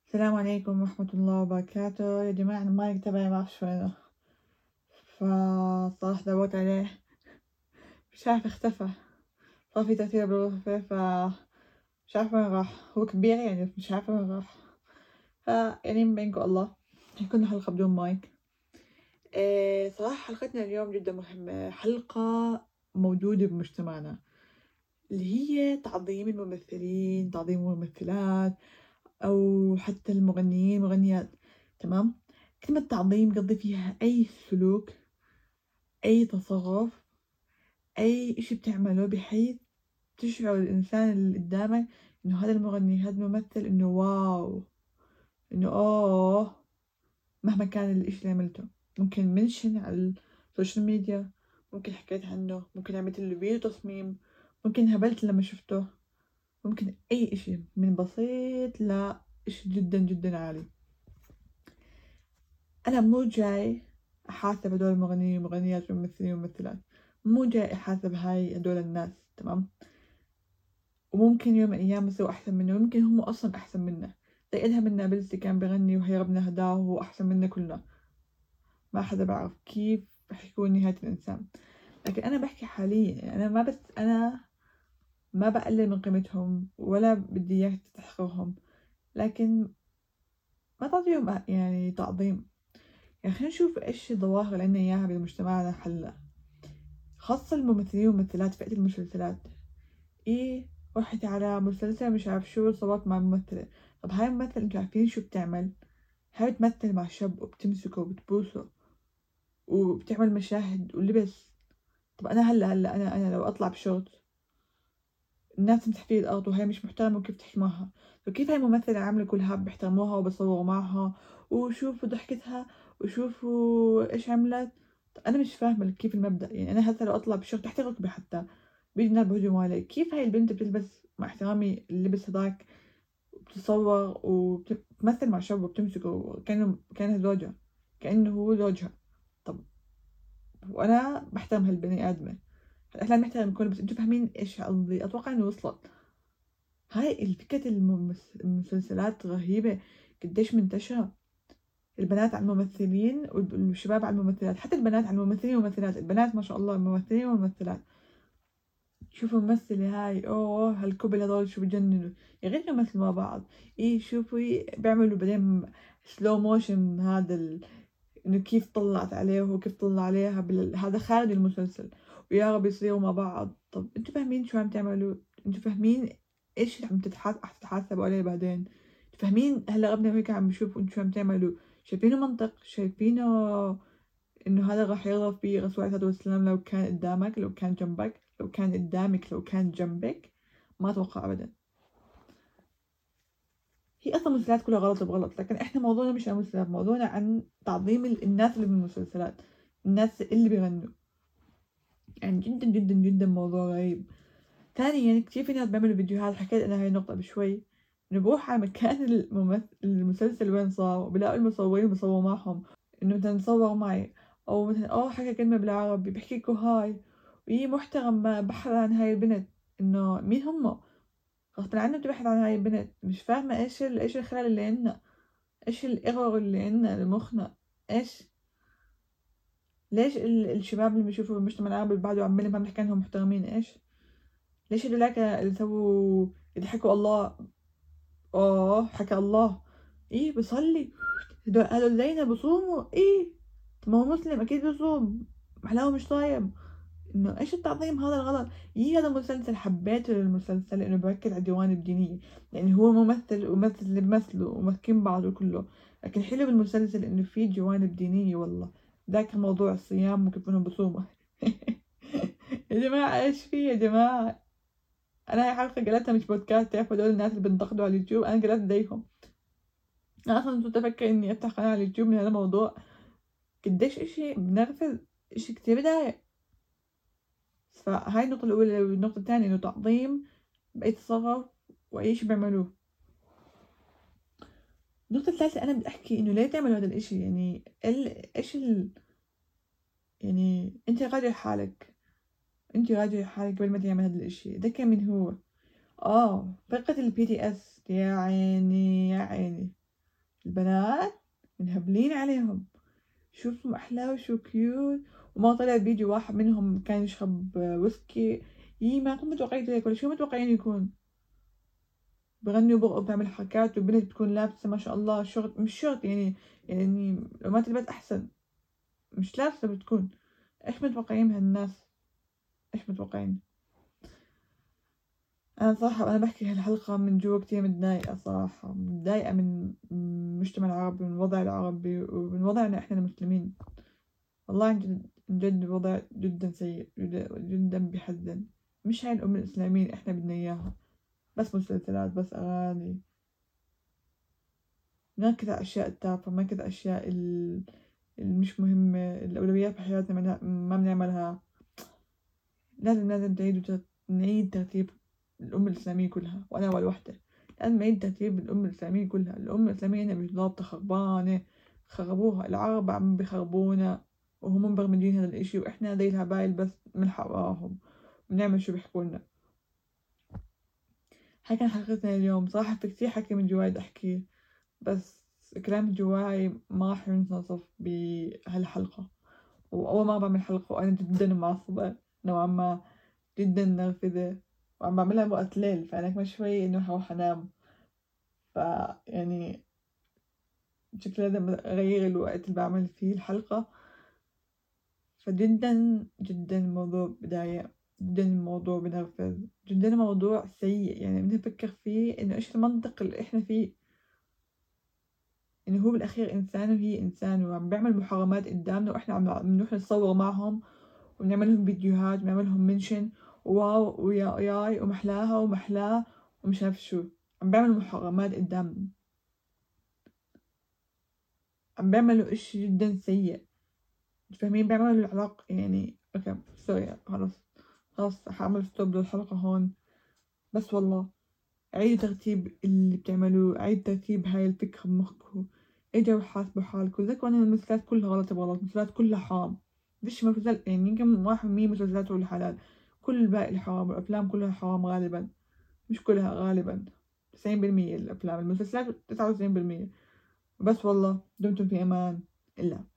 السلام عليكم ورحمة الله وبركاته يا جماعة. المايك تبعي معرفش وينه، فصراحة دورت عليه مش عارفة اختفى، صار في تأثير بالغرفة مش عارفة وين راح. هو كبير يعني مش عارفة وين راح، يعني من بينكم الله كنا حلقة بدون مايك. صراحة حلقتنا اليوم جدا مهمة، حلقة موجودة بمجتمعنا اللي هي تعظيم الممثلين، تعظيم الممثلات أو حتى المغنيين مغنيات. تمام. كلمة تعظيم قصدي فيها أي سلوك، أي تصرف، أي إشي بتعمله بحيث تشعر الإنسان اللي قدامك إنه هذا المغني هذا الممثل إنه واو، إنه أوه، مهما كان الإشي اللي عملته. ممكن منشن على السوشيال ميديا، ممكن حكيت عنه، ممكن عملت له فيديو تصميم، ممكن هبلت لما شفته، ممكن أي إشي من بسيط لإشي جدا جدا عالي. أنا مو جاي أحاسب هدول المغنيين ومغنيات وممثلين وممثلات، مو جاي أحاسب هدول الناس. تمام. وممكن يوم من الأيام يصيروا أحسن منه، ويمكن هم أصلا أحسن منه، زي إلها من نابلسي كان بغني وهي ربنا هداه وهو أحسن منا كلنا. ما حدا بعرف كيف رح يكون نهاية الإنسان. لكن أنا بحكي حاليا، أنا ما بقلل من قيمتهم ولا بدي إياك تحقرهم، لكن ما تعطيهم يعني تعظيم. يعني خلينا نشوف إيش الظواهر اللي عنا إياها بمجتمعنا هلا، خاصة الممثلين والممثلات، فئة المسلسلات. إيه، رحت على مسلسل مش عارف شو صورت مع ممثلة. طب هاي الممثلة انتوا عارفين شو بتعمل؟ هاي بتمثل مع شاب وبتمسكه وبتبوسه وبتعمل مشاهد ولبس. طب أنا هلا أنا لو أطلع بشورت الناس تمسح فيه الأرض وهي مش محترمة، وكيف تحكي معها؟ فكيف هاي الممثلة عاملة كل هاد بيحترموها وبصوروا معها وشوفوا ضحكتها وشوفوا إيش عملت؟ طب أنا مش فاهمة كيف المبدأ. يعني أنا هسه لو أطلع بشورت تحت ركبي حتى بيجي الناس بهجموا علي، كيف هاي البنت بتلبس مع احترامي اللبس هداك وبتتصور وبتمثل مع شاب وبتمسكه كأنه زوجها، كأنه هو زوجها؟ طب وأنا بحترم هالبني آدمة، احنا بنحترم الكل، بس انتوا فاهمين ايش قصدي؟ اتوقع انه وصلت. هاي الفكرة المسلسلات رهيبة قديش منتشرة. البنات على الممثلين والشباب على الممثلات، حتى البنات على الممثلين والممثلات. البنات ما شاء الله الممثلين والممثلات، شوفوا الممثلة هاي، اوه هالكوبل هذول شو بجننوا، يا ريت يمثلوا مع بعض. ايه شوفوا بيعملوا بعدين سلو موشن انه كيف طلعت عليه وهو كيف طلع عليها هذا خارج المسلسل، ويا رب يصيروا مع بعض. طب انتوا فاهمين شو عم تعملوا؟ انتوا فاهمين ايش اللي عم تتحاسبوا عليه بعدين؟ انتوا فاهمين هلا ربنا هيك عم بشوف انتوا شو عم تعملوا؟ شايفينه منطق؟ شايفينه انه هذا راح يغضب فيه الرسول عليه الصلاة والسلام لو كان قدامك، لو كان جنبك، لو كان قدامك، لو كان جنبك؟ ما اتوقع ابدا. هي اصلا المسلسلات كلها غلط بغلط، لكن احنا موضوعنا مش عن المسلسلات، موضوعنا عن تعظيم الناس اللي بالمسلسلات، الناس اللي بيغنوا. يعني جدا جدا جدا موضوع غريب. ثانيا كتير في ناس بيعملوا فيديوهات، حكيت انا هاي النقطة بشوي، انه بروح على مكان المسلسل وين صار وبلاقوا المصورين بصوروا معهم، انه مثلا تصور معي، او مثلا حكى كلمة بالعربي بحكيكوا هاي، وهي محترم بحث عن هاي البنت، انه مين هم؟ غصب عنه بتبحث عن هاي البنت. مش فاهمة ايش الخلل اللي عنا، ايش الايرور اللي عنا لمخنا، ايش ليش الشباب اللي بيشوفوا المجتمع العربي بعده عمالين ما بنحكي عنهم محترمين؟ ايش ليش هدولاك اللي سووا يضحكوا الله؟ حكى الله، ايه بصلي، هدول زينا بصوموا، ايه طب ما هو مسلم اكيد بصوم، محلاهم مش صايم. انه ايش التعظيم هذا الغلط؟ هذا المسلسل حبيته للمسلسل لانه بركز على الجوانب الدينية، يعني هو ممثل وممثل اللي بمثله وماسكين بعض وكله، لكن حلو بالمسلسل انه في جوانب دينية. والله ذاك موضوع الصيام وكيف انهم بصوموا. يا جماعة ايش في يا جماعة؟ انا هاي حلقة قلتها مش بودكاست، تعرفوا دول الناس اللي بينتقدوا على اليوتيوب، انا قلت زيهم. انا اصلا كنت افكر اني افتح قناة على اليوتيوب من هذا الموضوع. قديش اشي بنرفض، اشي كتير بدايق. فهاي النقطة الأولى. والنقطة الثانية إنه تعظيم بأي تصرف وأي شي بيعملوه. النقطة الثالثة أنا بدي أحكي إنه ليه تعملوا هذا الإشي؟ يعني إيش يعني أنت راجع حالك، أنت راجع حالك قبل ما تعمل هذا الإشي. ده كان من هو فرقة البي تي اس، يا عيني يا عيني. البنات منهبلين عليهم، شوفوا أحلى وشو كيوت. وما طلع فيديو واحد منهم كان يشرب ويسكي، ما كنت متوقعين هيك، ولا شو متوقعين يكون بغني وبعمل حركات، والبنت بتكون لابسة ما شاء الله شورت، مش شورت يعني لو ما تلبس أحسن، مش لابسة بتكون. إيش متوقعين هالناس؟ إيش متوقعين؟ أنا صراحة وأنا بحكي هالحلقة من جوا كتير متضايقة صراحة، متضايقة من المجتمع العربي، من الوضع العربي، ومن وضعنا إحنا المسلمين. والله عن جد الوضع جدا سيء، جدا بيحزن. مش هاي الأمة الإسلامية اللي إحنا بدنا إياها، بس مسلسلات، بس أغاني، ما كذا أشياء تافهة، ما كذا أشياء المش مهمة، الأولويات بحياتنا ما بنعملها. لازم نعيد ترتيب الأمة الإسلامية كلها، وأنا أول وحدة. لازم نعيد ترتيب الأمة الإسلامية كلها. الأمة الإسلامية هنا مش ضابطة، خربانة، خربوها العرب، عم بخربونا وهم مبرمجين هذا الإشي، وإحنا زي الهبايل بس بنلحق وراهم بنعمل شو بيحكولنا. هاي كان حلقتنا اليوم. صراحة في كتير حكي من جواي بدي أحكيه، بس كلام جواي ما راح ينصف بهالحلقة. وأول مرة بعمل حلقة وأنا جدا معصبة نوعا ما، جدا نرفزة، وعم بعملها وقت ليل، فأنا كمان شوي إنه هروح أنام. يعني شكلي لازم أغير الوقت اللي بعمل فيه الحلقة. فجدا جدا الموضوع بضايق، جدا الموضوع بنرفز، جدا الموضوع سيء. يعني بنفكر فيه إنه إيش المنطق اللي إحنا فيه، إنه هو بالأخير إنسان وهي إنسان، وعم بيعمل محرمات قدامنا، وإحنا عم نروح نتصور معهم ونعمل لهم فيديوهات ونعمل لهم منشن، واو ويا ياي ومحلاها ومحلاه ومش عارف شو. عم بيعملوا محرمات قدامنا، عم بيعملوا إشي جدا سيء. فاهمين؟ بيعملوا العلاقة يعني. أوكي سوري، خلاص حعمل ستوب للحلقة هون. بس والله عيدوا ترتيب اللي بتعملوه، عيدوا ترتيب هاي الفكرة بمخكم، ارجعوا حاسبوا حالكم. ذكروا إن المسلسلات كلها غلط بغلط، المسلسلات كلها حرام. مفيش مسلسل يعني يمكن 1% مسلسلات هو الحلال، كل الباقي الحرام، والأفلام كلها حرام غالبا. مش كلها، غالبا 90% الأفلام، المسلسلات 99%. بس والله دمتم في أمان الله.